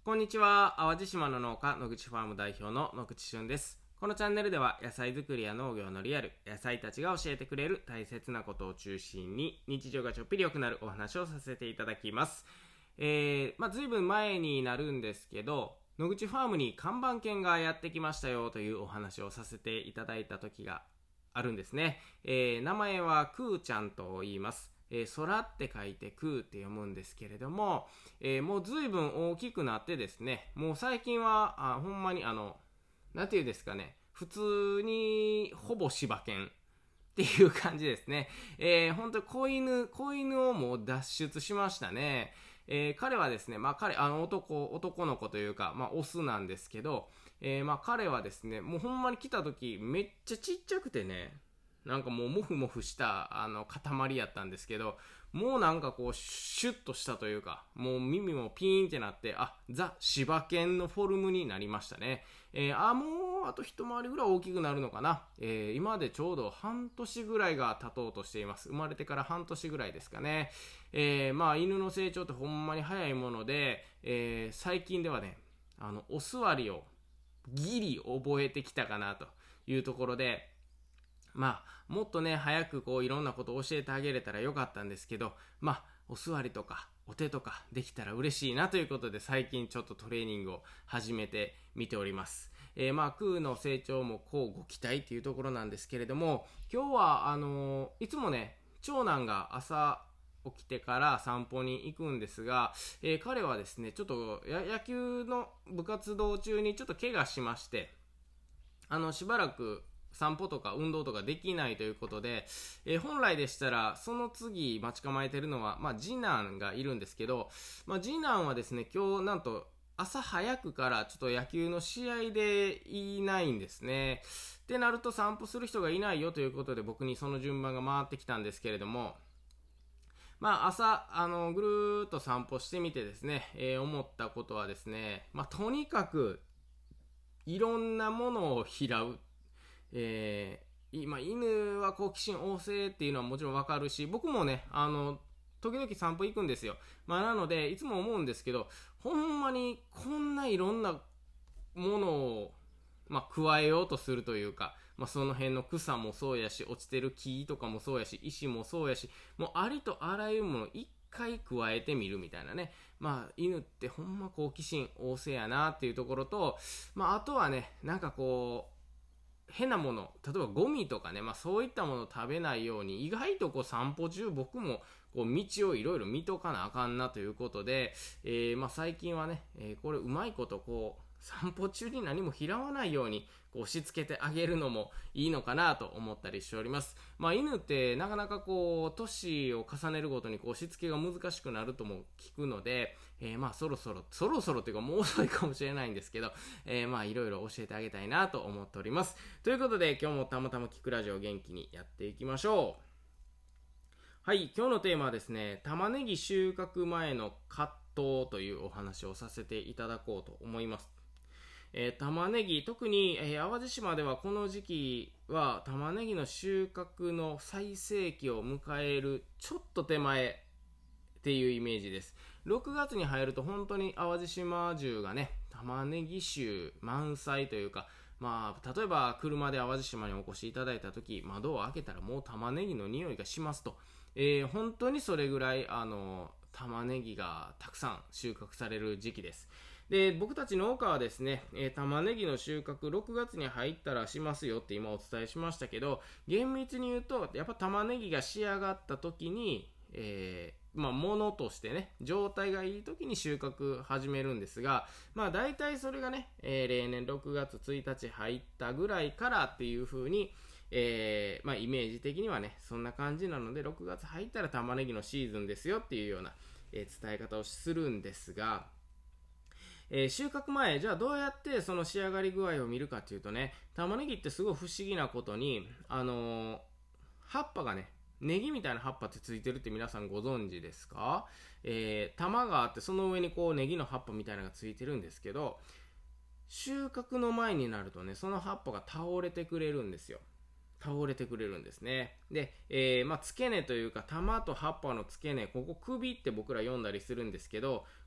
こんにちは。淡路島の農家野口ファーム代表の野口俊です。このチャンネルでは野菜作りや農業のリアル、野菜たちが教えてくれる大切なことを中心に日常がちょっぴり良くなるお話をさせていただきます。随分前になるんですけど、野口ファームに看板犬がやってきましたよというお話をさせていただいた時があるんですね。名前はくーちゃんと言います。空って書いてくーって読むんですけれども、もう随分大きくなってですね、もう最近はほんまになんていうんですかね、普通にほぼ柴犬っていう感じですね。本当に子犬をもう脱出しましたね。彼はですね、彼、男の子というか、オスなんですけど、彼はですね、もうほんまに来た時めっちゃちっちゃくてね、なんかもうモフモフした塊やったんですけど、もうなんかこうシュッとしたというか、もう耳もピーンってなって、ザ・柴犬のフォルムになりましたね。もうあと一回りぐらい大きくなるのかな。今でちょうど半年ぐらいが経とうとしています。生まれてから半年ぐらいですかね。犬の成長ってほんまに早いもので、最近ではね、お座りをギリ覚えてきたかなというところで、もっとね、早くこういろんなことを教えてあげれたらよかったんですけど、お座りとかお手とかできたら嬉しいなということで、最近ちょっとトレーニングを始めてみております。クーの成長もこうご期待というところなんですけれども、今日はいつもね、長男が朝起きてから散歩に行くんですが、彼はですね、ちょっと野球の部活動中にちょっと怪我しまして、しばらく散歩とか運動とかできないということで、本来でしたらその次待ち構えてるのは、次男がいるんですけど、次男はですね、今日なんと朝早くからちょっと野球の試合でいないんですね。ってなると散歩する人がいないよということで、僕にその順番が回ってきたんですけれども、朝ぐるーっと散歩してみてですね、思ったことはですね、とにかくいろんなものを拾う。今犬は好奇心旺盛っていうのはもちろんわかるし、僕もね時々散歩行くんですよ。なのでいつも思うんですけど、ほんまにこんないろんなものを加えようとするというか、その辺の草もそうやし、落ちてる木とかもそうやし、石もそうやし、もうありとあらゆるもの一回加えてみるみたいなね。犬ってほんま好奇心旺盛やなっていうところと、あとはね、なんかこう変なもの、例えばゴミとかね、そういったものを食べないように、意外とこう散歩中僕もこう道をいろいろ見とかなあかんなということで、最近はね、これうまいことこう散歩中に何も拾わないようにこう押し付けてあげるのもいいのかなと思ったりしております。犬ってなかなかこう年を重ねるごとにこう押し付けが難しくなるとも聞くので、そろそろというかもう遅いかもしれないんですけど、いろいろ教えてあげたいなと思っております。ということで今日もたまたま聞くラジオ元気にやっていきましょう。はい、今日のテーマはですね、玉ねぎ収穫前の葛藤というお話をさせていただこうと思います。玉ねぎ、特に、淡路島ではこの時期は玉ねぎの収穫の最盛期を迎えるちょっと手前っていうイメージです。6月に入ると本当に淡路島中がね、玉ねぎ臭満載というか、例えば車で淡路島にお越しいただいた時、窓を開けたらもう玉ねぎの匂いがしますと、本当にそれぐらい玉ねぎがたくさん収穫される時期です。で、僕たち農家はですね、玉ねぎの収穫6月に入ったらしますよって今お伝えしましたけど、厳密に言うとやっぱ玉ねぎが仕上がった時に、物としてね、状態がいい時に収穫始めるんですが、大体それがね、例年6月1日入ったぐらいからっていう風に、イメージ的にはね、そんな感じなので、6月入ったら玉ねぎのシーズンですよっていうような、伝え方をするんですが、収穫前、じゃあどうやってその仕上がり具合を見るかっていうとね、玉ねぎってすごい不思議なことに、葉っぱがね、ネギみたいな葉っぱってついてるって皆さんご存知ですか？玉があって、その上にこうネギの葉っぱみたいなのがついてるんですけど、収穫の前になるとね、その葉っぱが倒れてくれるんですよ。倒れてくれるんですね。で、付け根というか玉と葉っぱの付け根、ここ首って僕ら読んだりするんですけど、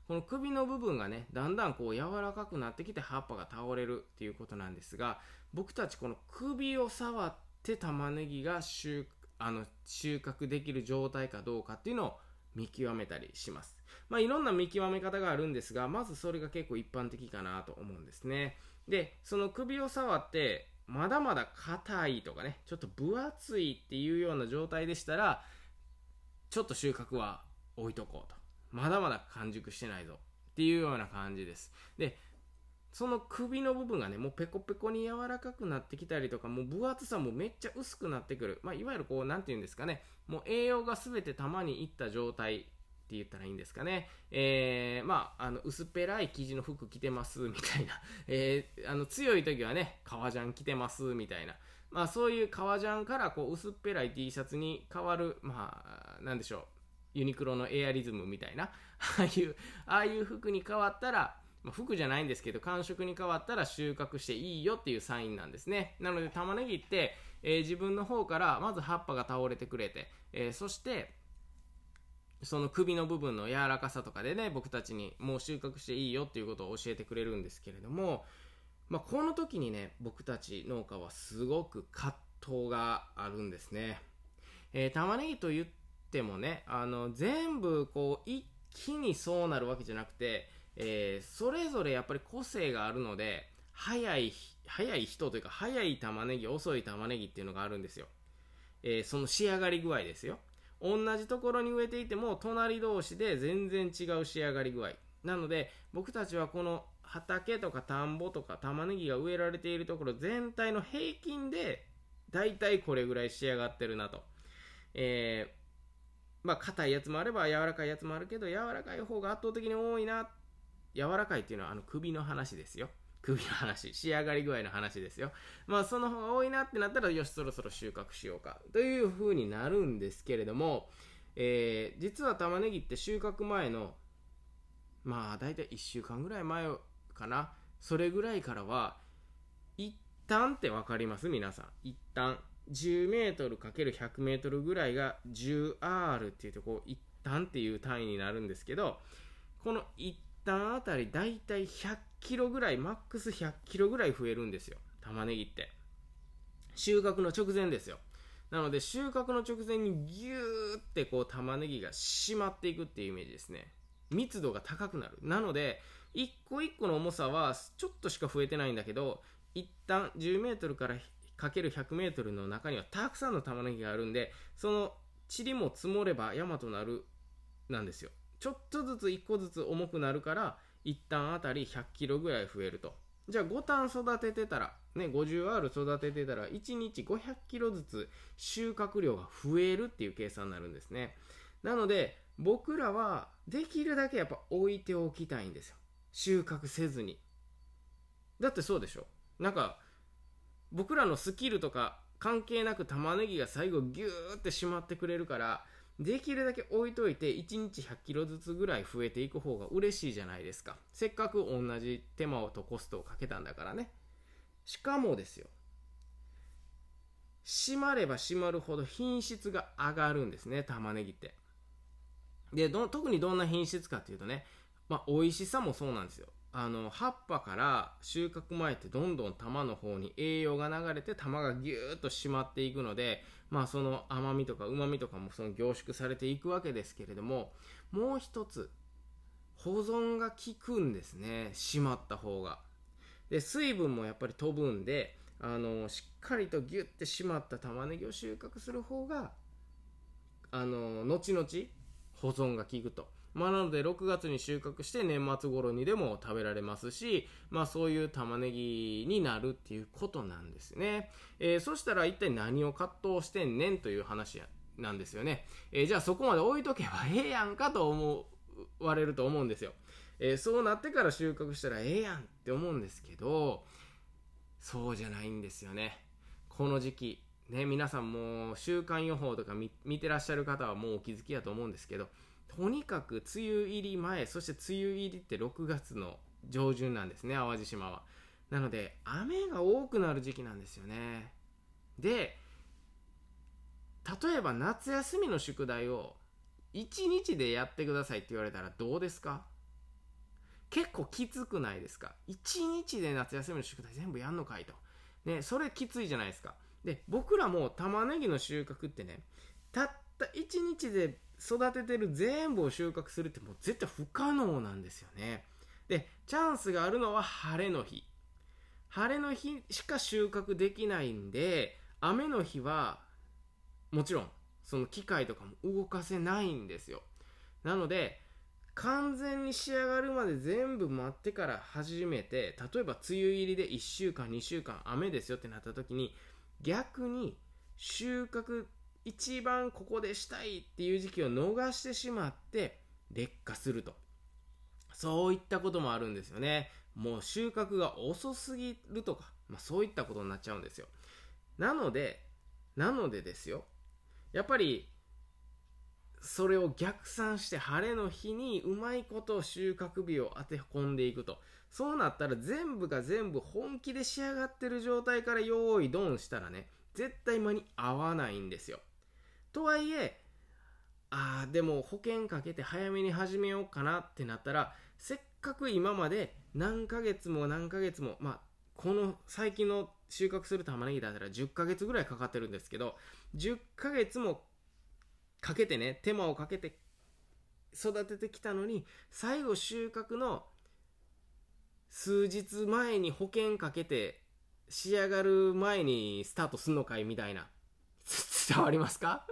この首の部分がねだんだんこう柔らかくなってきて葉っぱが倒れるっていうことなんですが、僕たちこの首を触って玉ねぎが収穫できる状態かどうかっていうのを見極めたりします。いろんな見極め方があるんですが、まずそれが結構一般的かなと思うんですね。で、その首を触ってまだまだ硬いとかね、ちょっと分厚いっていうような状態でしたら、ちょっと収穫は置いとこうと。まだまだ完熟してないぞっていうような感じです。で、その首の部分がね、もうペコペコに柔らかくなってきたりとか、もう分厚さもめっちゃ薄くなってくる。いわゆるこう、なんていうんですかね、もう栄養が全て玉にいった状態って言ったらいいんですかね。薄っぺらい生地の服着てますみたいな。強い時はね、革ジャン着てますみたいな。そういう革ジャンからこう薄っぺらい T シャツに変わる、なんでしょう。ユニクロのエアリズムみたいな。ああいう服に変わったら、服じゃないんですけど感触に変わったら収穫していいよっていうサインなんですね。なので玉ねぎって、自分の方からまず葉っぱが倒れてくれて、そしてその首の部分の柔らかさとかでね、僕たちにもう収穫していいよっていうことを教えてくれるんですけれども、この時にね、僕たち農家はすごく葛藤があるんですね。玉ねぎと言ってもね、全部こう一気にそうなるわけじゃなくて、それぞれやっぱり個性があるので、早い人というか早い玉ねぎ、遅い玉ねぎっていうのがあるんですよ。その仕上がり具合ですよ。同じところに植えていても隣同士で全然違う仕上がり具合なので、僕たちはこの畑とか田んぼとか玉ねぎが植えられているところ全体の平均でだいたいこれぐらい仕上がってるなと。硬いやつもあれば柔らかいやつもあるけど、柔らかい方が圧倒的に多いな。柔らかいっていうのは首の話ですよ。首の話、仕上がり具合の話ですよ。その方が多いなってなったら、よしそろそろ収穫しようかという風になるんですけれども、実は玉ねぎって収穫前のだいたい1週間ぐらい前かな、それぐらいからは一旦って分かります皆さん。一旦10メートル ×100 メートルぐらいが 10R っていうとこう一旦っていう単位になるんですけど、この一旦あたりだいたい100キロぐらい、マックス100キロぐらい増えるんですよ、玉ねぎって。収穫の直前ですよ。なので収穫の直前にギューってこう玉ねぎが締まっていくっていうイメージですね。密度が高くなる。なので一個一個の重さはちょっとしか増えてないんだけど、一旦10メートルからかける100メートルの中にはたくさんの玉ねぎがあるんで、その塵も積もれば山となるなんですよ。ちょっとずつ1個ずつ重くなるから一旦あたり100キロぐらい増えると。じゃあ5単育ててたらね、50R 育ててたら1日500キロずつ収穫量が増えるっていう計算になるんですね。なので僕らはできるだけやっぱ置いておきたいんですよ、収穫せずに。だってそうでしょ。なんか僕らのスキルとか関係なく玉ねぎが最後ギューってしまってくれるから、できるだけ置いといて1日100キロずつぐらい増えていく方が嬉しいじゃないですか。せっかく同じ手間とコストをかけたんだからね。しかもですよ、締まれば締まるほど品質が上がるんですね、玉ねぎって。で特にどんな品質かっていうとね、美味しさもそうなんですよ。葉っぱから収穫前ってどんどん玉の方に栄養が流れて玉がギューッと締まっていくので、その甘みとか旨みとかもその凝縮されていくわけですけれども、もう一つ保存が効くんですね、締まった方が。で水分もやっぱり飛ぶんで、しっかりとギュッて締まった玉ねぎを収穫する方が後々保存が効くと。なので6月に収穫して年末頃にでも食べられますし、そういう玉ねぎになるっていうことなんですね。そしたら一体何を葛藤してんねんという話なんですよね。じゃあそこまで置いとけばええやんかと思われると思うんですよ。そうなってから収穫したらええやんって思うんですけど、そうじゃないんですよね。この時期ね、皆さんも週間予報とか 見てらっしゃる方はもうお気づきだと思うんですけど、とにかく梅雨入り前、そして梅雨入りって6月の上旬なんですね、淡路島は。なので雨が多くなる時期なんですよね。で例えば夏休みの宿題を1日でやってくださいって言われたらどうですか？ 結構きつくないですか。1日で夏休みの宿題全部やんのかいと。ね、それきついじゃないですか。で、僕らも玉ねぎの収穫ってね、たった1日で育ててる全部を収穫するってもう絶対不可能なんですよね。で、チャンスがあるのは晴れの日。晴れの日しか収穫できないんで、雨の日はもちろんその機械とかも動かせないんですよ。なので完全に仕上がるまで全部待ってから始めて、例えば梅雨入りで1週間2週間雨ですよってなった時に、逆に収穫一番ここでしたいっていう時期を逃してしまって劣化すると、そういったこともあるんですよね。もう収穫が遅すぎるとか、そういったことになっちゃうんですよ。なのでですよ、やっぱりそれを逆算して晴れの日にうまいこと収穫日を当て込んでいくと、そうなったら全部が全部本気で仕上がってる状態から用意ドンしたらね、絶対間に合わないんですよ。とはいえ、でも保険かけて早めに始めようかなってなったら、せっかく今まで何ヶ月もこの最近の収穫する玉ねぎだったら10ヶ月ぐらいかかってるんですけど、10ヶ月もかけてね、手間をかけて育ててきたのに、最後収穫の数日前に保険かけて仕上がる前にスタートすんのかいみたいな。伝わりますか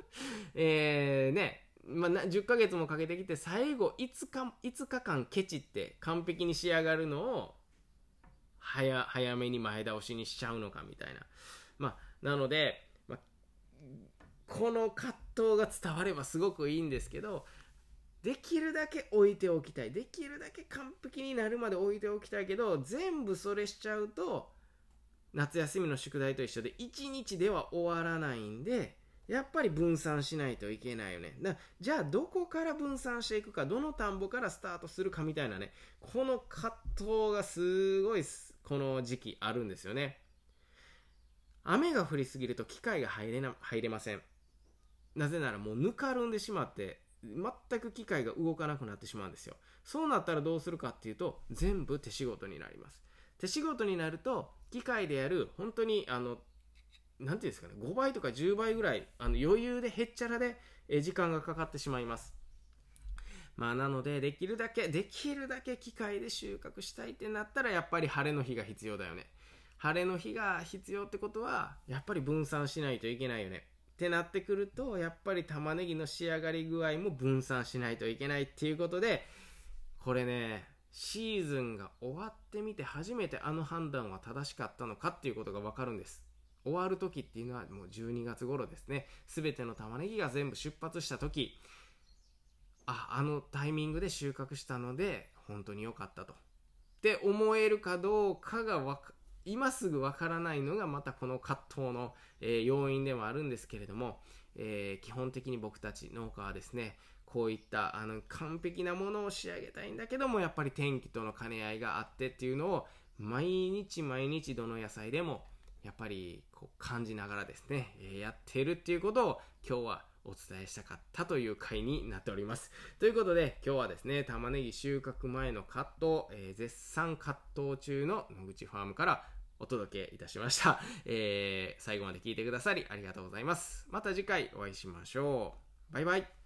10ヶ月もかけてきて最後5日間ケチって完璧に仕上がるのを早めに前倒しにしちゃうのかみたいな。なので、この葛藤が伝わればすごくいいんですけど、できるだけ置いておきたい、できるだけ完璧になるまで置いておきたいけど、全部それしちゃうと夏休みの宿題と一緒で1日では終わらないんで、やっぱり分散しないといけないよね。じゃあどこから分散していくか、どの田んぼからスタートするかみたいなね、この葛藤がすごいこの時期あるんですよね。雨が降りすぎると機械が入れません。なぜならもうぬかるんでしまって全く機械が動かなくなってしまうんですよ。そうなったらどうするかっていうと、全部手仕事になります。手仕事になると機械でやる本当になんていうんですかね、5倍とか10倍ぐらい余裕でへっちゃらで時間がかかってしまいます。なのでできるだけ機械で収穫したいってなったら、やっぱり晴れの日が必要だよね。晴れの日が必要ってことはやっぱり分散しないといけないよねってなってくると、やっぱり玉ねぎの仕上がり具合も分散しないといけないっていうことで、これね、シーズンが終わってみて初めてあの判断は正しかったのかっていうことが分かるんです。終わる時っていうのはもう12月頃ですね。全ての玉ねぎが全部出発した時、あのタイミングで収穫したので本当に良かったとって思えるかどうかが今すぐわからないのがまたこの葛藤の、要因でもあるんですけれども、基本的に僕たち農家はですね、こういった完璧なものを仕上げたいんだけども、やっぱり天気との兼ね合いがあってっていうのを毎日どの野菜でもやっぱりこう感じながらですね、やっているっていうことを今日はお伝えしたかったという回になっております。ということで今日はですね、玉ねぎ収穫前の葛藤、絶賛葛藤中の野口ファームからお届けいたしました。最後まで聞いてくださりありがとうございます。また次回お会いしましょう。バイバイ。